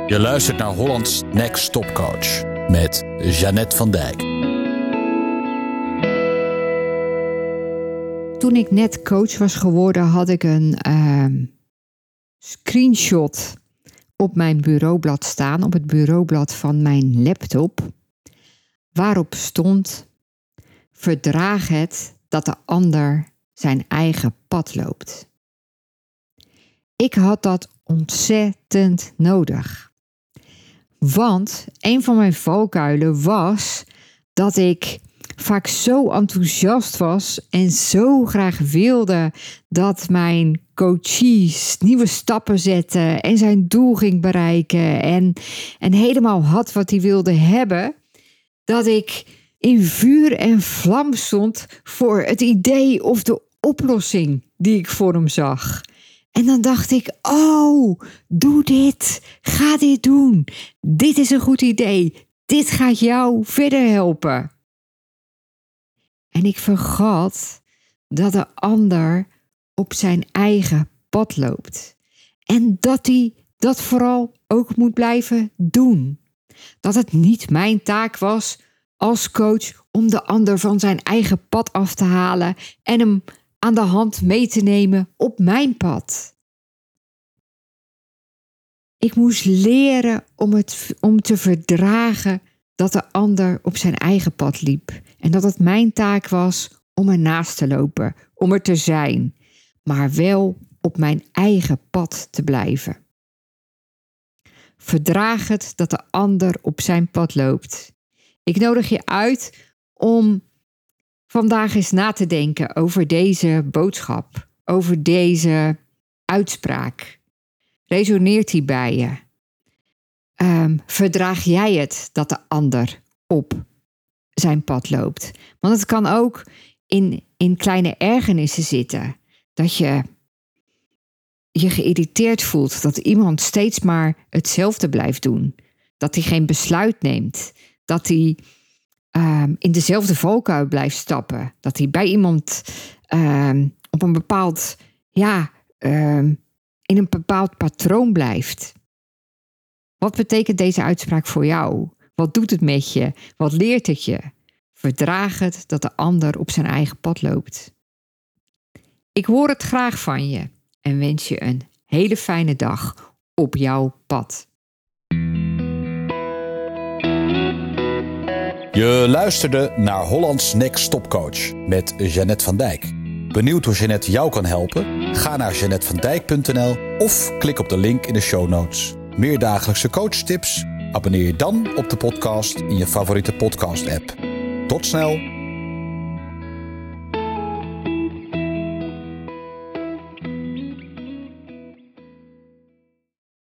Je luistert naar Holland's Next Top Coach met Jeannette van Dijk. Toen ik net coach was geworden, had ik een screenshot op mijn bureaublad staan, op het bureaublad van mijn laptop, waarop stond: verdraag het dat de ander zijn eigen pad loopt. Ik had dat ontzettend nodig. Want een van mijn valkuilen was dat ik vaak zo enthousiast was en zo graag wilde dat mijn coachie nieuwe stappen zette en zijn doel ging bereiken en helemaal had wat hij wilde hebben, dat ik in vuur en vlam stond voor het idee of de oplossing die ik voor hem zag. En dan dacht ik, doe dit, ga dit doen. Dit is een goed idee, dit gaat jou verder helpen. En ik vergat dat de ander op zijn eigen pad loopt. En dat hij dat vooral ook moet blijven doen. Dat het niet mijn taak was als coach om de ander van zijn eigen pad af te halen en hem aan de hand mee te nemen op mijn pad. Ik moest leren om te verdragen dat de ander op zijn eigen pad liep. En dat het mijn taak was om ernaast te lopen, om er te zijn, maar wel op mijn eigen pad te blijven. Verdraag het dat de ander op zijn pad loopt. Ik nodig je uit om vandaag eens na te denken over deze boodschap, over deze uitspraak. Resoneert die bij je? Verdraag jij het dat de ander op zijn pad loopt? Want het kan ook in kleine ergernissen zitten. Dat je je geïrriteerd voelt dat iemand steeds maar hetzelfde blijft doen. Dat hij geen besluit neemt. Dat hij in dezelfde valkuil blijft stappen. Dat hij bij iemand op een bepaald, in een bepaald patroon blijft. Wat betekent deze uitspraak voor jou? Wat doet het met je? Wat leert het je? Verdraag het dat de ander op zijn eigen pad loopt. Ik hoor het graag van je en wens je een hele fijne dag op jouw pad. Je luisterde naar Holland's Next Top Coach met Jeannette van Dijk. Benieuwd hoe Jeannette jou kan helpen? Ga naar jeannettevandijk.nl of klik op de link in de show notes. Meer dagelijkse coachtips? Abonneer je dan op de podcast in je favoriete podcast-app. Tot snel!